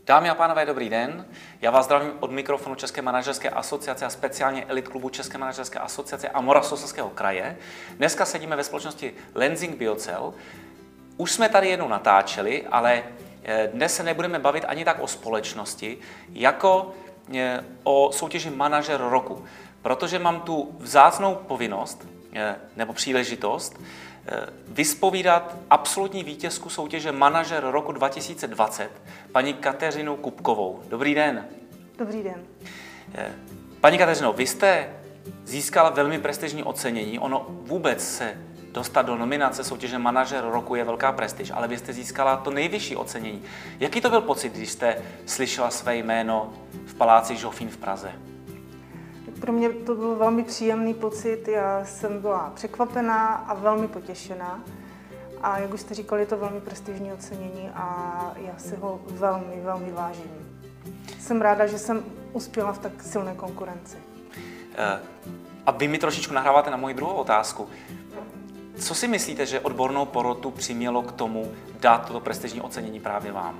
Dámy a pánové, dobrý den. Já vás zdravím od mikrofonu České manažerské asociace a speciálně elit klubu České manažerské asociace a Moravskoslezského kraje. Dneska sedíme ve společnosti Lenzing Biocel. Už jsme tady jednou natáčeli, ale dnes se nebudeme bavit ani tak o společnosti, jako o soutěži Manažer roku. Protože mám tu vzácnou povinnost nebo příležitost vyspovídat absolutní vítězku soutěže Manažer roku 2020, paní Kateřinu Kupkovou. Dobrý den. Dobrý den. Paní Kateřino, vy jste získala velmi prestižní ocenění. Ono vůbec se dostat do nominace soutěže Manažer roku je velká prestiž, ale vy jste získala to nejvyšší ocenění. Jaký to byl pocit, když jste slyšela své jméno v paláci Žofín v Praze? Pro mě to byl velmi příjemný pocit, já jsem byla překvapená a velmi potěšená. A jak už jste říkali, je to velmi prestižní ocenění a já si ho velmi, velmi vážím. Jsem ráda, že jsem uspěla v tak silné konkurenci. A vy mi trošičku nahráváte na moji druhou otázku. Co si myslíte, že odbornou porotu přimělo k tomu dát toto prestižní ocenění právě vám?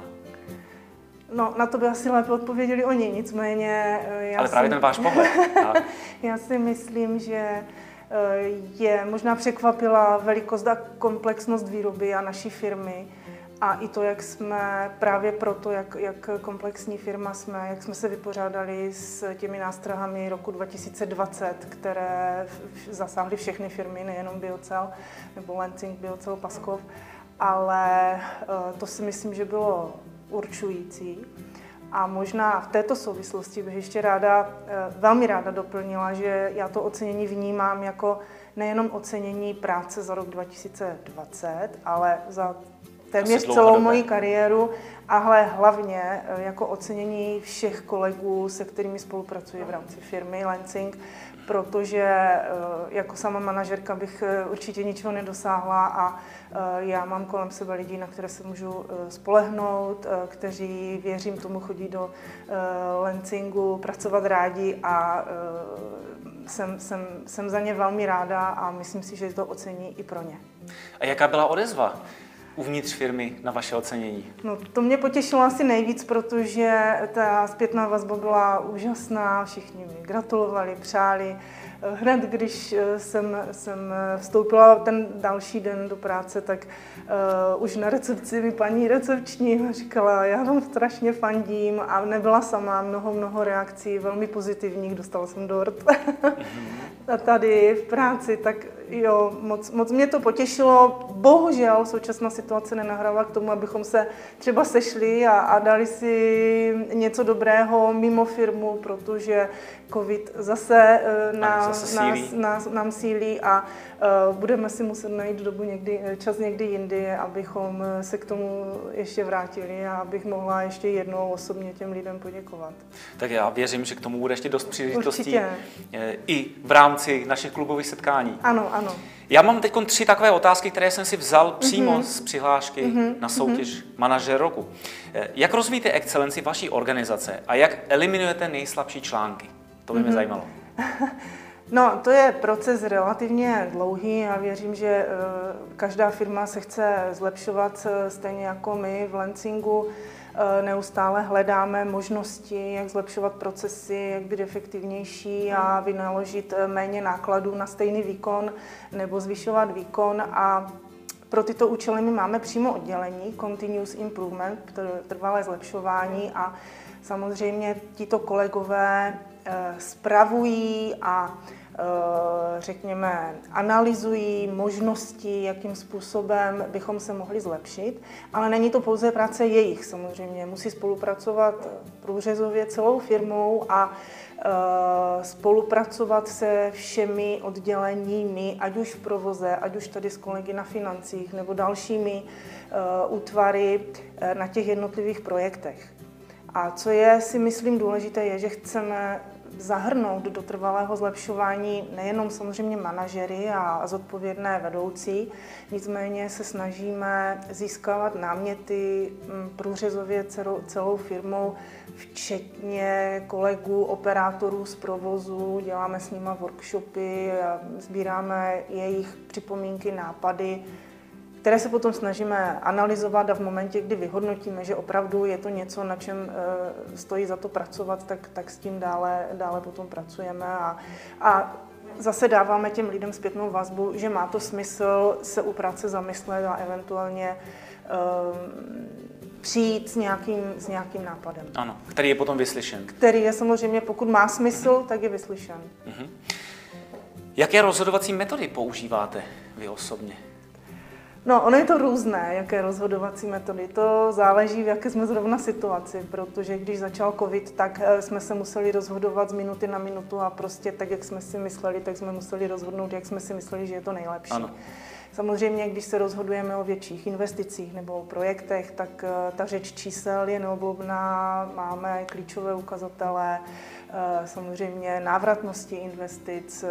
No, na to by asi lépe odpověděli oni, nicméně... Ale právě ten váš pohled. Já si myslím, že je možná překvapila velikost a komplexnost výroby a naší firmy a i to, jak jsme právě proto, jak komplexní firma jsme, jak jsme se vypořádali s těmi nástrahami roku 2020, které zasáhly všechny firmy, nejenom Biocel nebo Lenzing, Biocel, Paskov, ale to si myslím, že bylo určující. A možná v této souvislosti bych ještě velmi ráda doplnila, že já to ocenění vnímám jako nejenom ocenění práce za rok 2020, ale za téměř celou moji kariéru, ale hlavně jako ocenění všech kolegů, se kterými spolupracuji v rámci firmy Lenzing, protože jako sama manažerka bych určitě ničeho nedosáhla a já mám kolem sebe lidi, na které se můžu spolehnout, kteří, věřím tomu, chodí do Lenzingu pracovat rádi a jsem za ně velmi ráda a myslím si, že to ocení i pro ně. A jaká byla odezva uvnitř firmy na vaše ocenění? No, to mě potěšilo asi nejvíc, protože ta zpětná vazba byla úžasná, všichni mi gratulovali, přáli. Hned, když jsem vstoupila ten další den do práce, tak už na recepci mi paní recepční říkala, já vám strašně fandím a nebyla sama, mnoho reakcí, velmi pozitivních, dostala jsem dort. A tady v práci, tak jo, moc mě to potěšilo. Bohužel současná situace nenahrává k tomu, abychom se třeba sešli a dali si něco dobrého mimo firmu, protože covid zase nám sílí a budeme si muset najít čas někdy jindy, abychom se k tomu ještě vrátili a abych mohla ještě jednou osobně těm lidem poděkovat. Tak já věřím, že k tomu bude ještě dost příležitostí i v rámci našich klubových setkání. Ano. Já mám teď 3 takové otázky, které jsem si vzal přímo z přihlášky na soutěž Manažer roku. Jak rozvíjíte excelenci vaší organizace a jak eliminujete nejslabší články? To by mě zajímalo. No, to je proces relativně dlouhý a věřím, že každá firma se chce zlepšovat stejně jako my v Lenzingu. Neustále hledáme možnosti, jak zlepšovat procesy, jak být efektivnější a vynaložit méně nákladů na stejný výkon nebo zvyšovat výkon. A pro tyto účely my máme přímo oddělení Continuous Improvement, trvalé zlepšování a samozřejmě tito kolegové spravují a řekněme, analyzují možnosti, jakým způsobem bychom se mohli zlepšit, ale není to pouze práce jejich samozřejmě. Musí spolupracovat průřezově celou firmou a spolupracovat se všemi odděleními, ať už v provoze, ať už tady s kolegy na financích nebo dalšími útvary na těch jednotlivých projektech. A co je, si myslím, důležité, je, že chceme zahrnout do trvalého zlepšování nejenom samozřejmě manažery a zodpovědné vedoucí, nicméně se snažíme získávat náměty průřezově celou firmou, včetně kolegů, operátorů z provozu, děláme s nimi workshopy, sbíráme jejich připomínky, nápady, které se potom snažíme analyzovat a v momentě, kdy vyhodnotíme, že opravdu je to něco, na čem stojí za to pracovat, tak s tím dále potom pracujeme a zase dáváme těm lidem zpětnou vazbu, že má to smysl se u práce zamyslet a eventuálně přijít s nějakým nápadem. Ano, který je potom vyslyšen. Který je samozřejmě, pokud má smysl, tak je vyslyšen. Jaké rozhodovací metody používáte vy osobně? No, ono je to různé, jaké rozhodovací metody. To záleží, v jaké jsme zrovna situaci, protože když začal covid, tak jsme se museli rozhodovat z minuty na minutu a prostě tak, jak jsme si mysleli, tak jsme museli rozhodnout, jak jsme si mysleli, že je to nejlepší. Ano. Samozřejmě, když se rozhodujeme o větších investicích nebo o projektech, tak ta řeč čísel je neoblomná, máme klíčové ukazatele, samozřejmě návratnosti investic,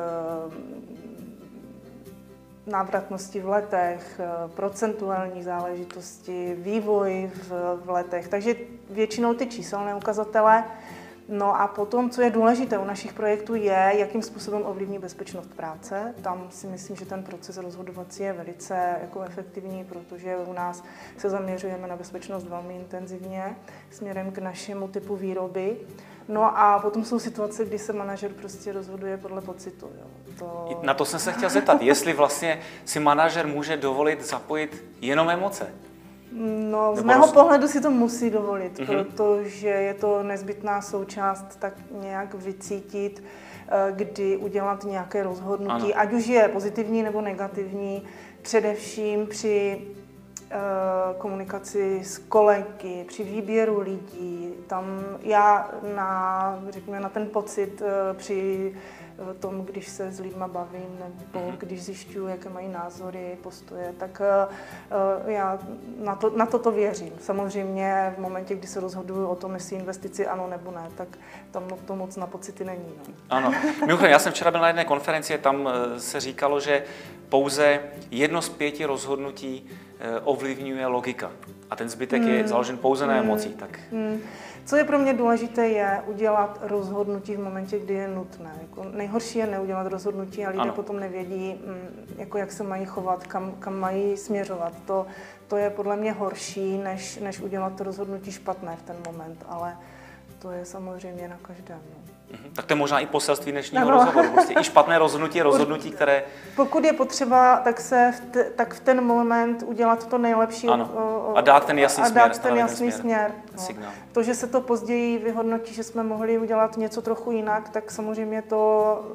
návratnosti v letech, procentuální záležitosti, vývoj v letech, takže většinou ty číselné ukazatele. No a potom, co je důležité u našich projektů, je, jakým způsobem ovlivní bezpečnost práce. Tam si myslím, že ten proces rozhodovací je velice efektivní, protože u nás se zaměřujeme na bezpečnost velmi intenzivně směrem k našemu typu výroby. No a potom jsou situace, kdy se manažer prostě rozhoduje podle pocitu. Jo. Na to jsem se chtěl zeptat, jestli vlastně si manažer může dovolit zapojit jenom emoce. No, z mého pohledu si to musí dovolit, protože je to nezbytná součást tak nějak vycítit, kdy udělat nějaké rozhodnutí, ať už je pozitivní nebo negativní, především při komunikaci s kolegy, při výběru lidí. Tam já na ten pocit při tom, když se s lidma bavím nebo když zjišťuju, jaké mají názory, postoje, tak já na to věřím. Samozřejmě v momentě, kdy se rozhoduju o tom, jestli investici ano nebo ne, tak tam to moc na pocity není. No. Ano. Mimochodem, já jsem včera byl na jedné konferenci, tam se říkalo, že pouze 1 z 5 rozhodnutí ovlivňuje logika a ten zbytek je založen pouze na emocích. Tak. Co je pro mě důležité, je udělat rozhodnutí v momentě, kdy je nutné. Nejhorší je neudělat rozhodnutí a lidé potom nevědí, jak se mají chovat, kam mají směřovat. To je podle mě horší, než udělat to rozhodnutí špatné v ten moment, ale to je samozřejmě na každém. No. Tak to je možná i poselství dnešního rozhovoru. Prostě i špatné rozhodnutí je rozhodnutí, které... Pokud je potřeba, tak v ten moment udělat to nejlepší. A dát ten jasný směr. No. To, že se to později vyhodnotí, že jsme mohli udělat něco trochu jinak, tak samozřejmě to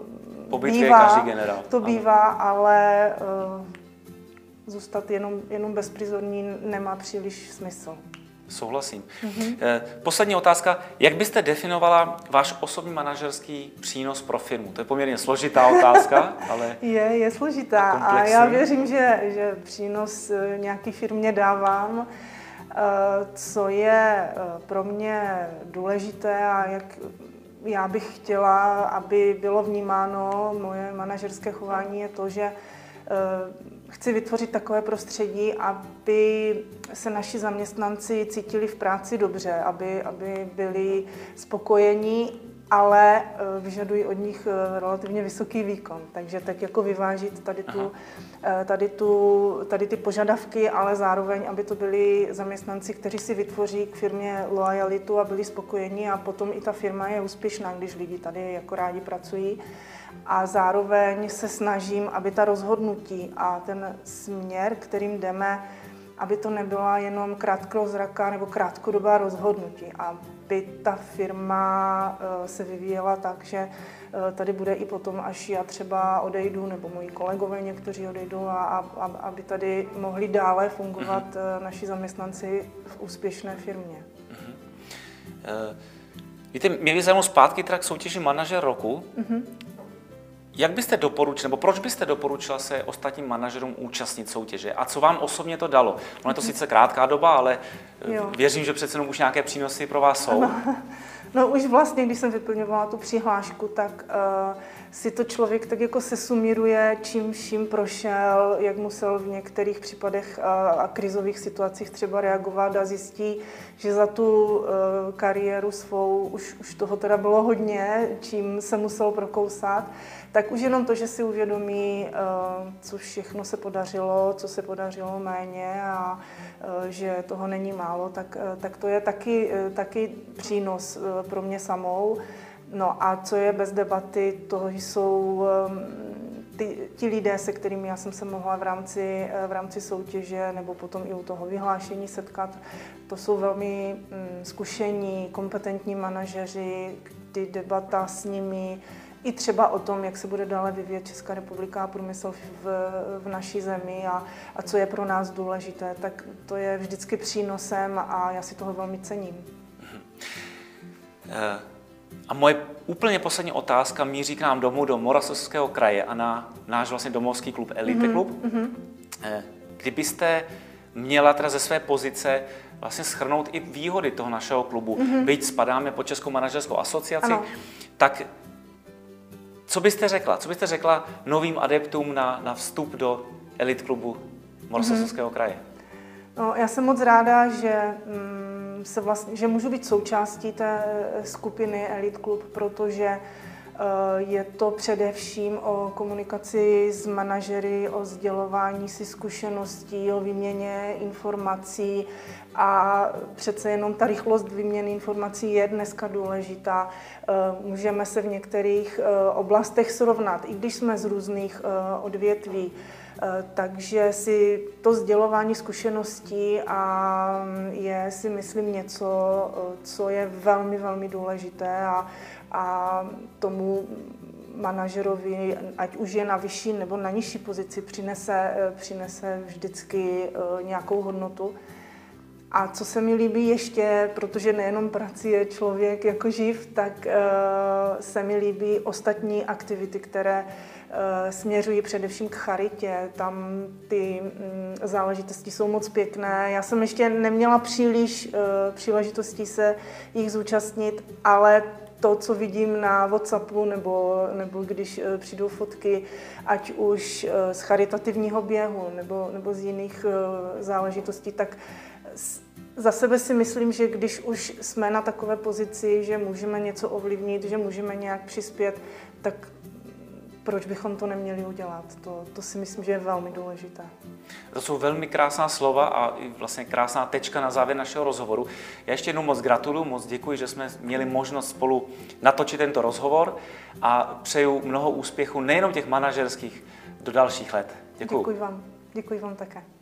bývá, ale zůstat jenom bezprizorní nemá příliš smysl. Souhlasím. Poslední otázka. Jak byste definovala váš osobní manažerský přínos pro firmu? To je poměrně složitá otázka, ale... Je složitá a já věřím, že přínos nějaký firmě dávám. Co je pro mě důležité a jak já bych chtěla, aby bylo vnímáno moje manažerské chování, je to, že chci vytvořit takové prostředí, aby se naši zaměstnanci cítili v práci dobře, aby byli spokojení, ale vyžadují od nich relativně vysoký výkon. Takže tak jako vyvážit tady ty požadavky, ale zároveň, aby to byli zaměstnanci, kteří si vytvoří k firmě loajalitu a byli spokojení a potom i ta firma je úspěšná, když lidi tady jako rádi pracují. A zároveň se snažím, aby ta rozhodnutí a ten směr, kterým jdeme, aby to nebyla jenom krátkozraká nebo krátkodobá rozhodnutí, aby ta firma se vyvíjela tak, že tady bude i potom, až já třeba odejdu, nebo moji kolegové někteří odejdou, a aby tady mohli dále fungovat naši zaměstnanci v úspěšné firmě. Víte, mě by zajímalo zpátky k soutěži Manažer roku. Jak byste doporučil, nebo proč byste doporučila se ostatním manažerům účastnit soutěže? A co vám osobně to dalo? Ono je to sice krátká doba, ale věřím, že přece jenom už nějaké přínosy pro vás jsou. No už vlastně, když jsem vyplňovala tu přihlášku, tak si to člověk tak jako sesumíruje, čím vším prošel, jak musel v některých případech a krizových situacích třeba reagovat a zjistí, že za tu kariéru svou už toho teda bylo hodně, čím se musel prokousat, tak už jenom to, že si uvědomí, co všechno se podařilo, co se podařilo méně a že toho není málo, tak to je taky přínos pro mě samou. No a co je bez debaty, to jsou ti lidé, se kterými já jsem se mohla v rámci soutěže nebo potom i u toho vyhlášení setkat. To jsou velmi zkušení, kompetentní manažeři, kdy debata s nimi i třeba o tom, jak se bude dále vyvíjet Česká republika a průmysl v naší zemi a co je pro nás důležité, tak to je vždycky přínosem a já si toho velmi cením. A moje úplně poslední otázka míří k nám domů do Moravskoslezského kraje a na náš vlastně domovský klub Elite Klub. Kdybyste měla teda ze své pozice vlastně shrnout i výhody toho našeho klubu, byť spadáme pod Českou manažerskou asociaci, tak co byste řekla? Co byste řekla novým adeptům na vstup do Elite Klubu Moravskoslezského kraje? No, já jsem moc ráda, že můžu být součástí té skupiny Elite Club, protože je to především o komunikaci s manažery, o sdělování si zkušeností, o výměně informací a přece jenom ta rychlost výměny informací je dneska důležitá. Můžeme se v některých oblastech srovnat, i když jsme z různých odvětví. Takže si to sdělování zkušeností je, si myslím, něco, co je velmi, velmi důležité a tomu manažerovi, ať už je na vyšší nebo na nižší pozici, přinese vždycky nějakou hodnotu. A co se mi líbí ještě, protože nejenom prací je člověk jako živ, tak se mi líbí ostatní aktivity, které směřují především k charitě. Tam ty záležitosti jsou moc pěkné. Já jsem ještě neměla příliš příležitostí se jich zúčastnit, ale to, co vidím na WhatsAppu nebo když přijdou fotky, ať už z charitativního běhu nebo z jiných záležitostí, tak za sebe si myslím, že když už jsme na takové pozici, že můžeme něco ovlivnit, že můžeme nějak přispět, tak proč bychom to neměli udělat? To si myslím, že je velmi důležité. To jsou velmi krásná slova a vlastně krásná tečka na závěr našeho rozhovoru. Já ještě jednou moc gratuluju, moc děkuji, že jsme měli možnost spolu natočit tento rozhovor a přeju mnoho úspěchů, nejenom těch manažerských, do dalších let. Děkuji. Děkuji vám také.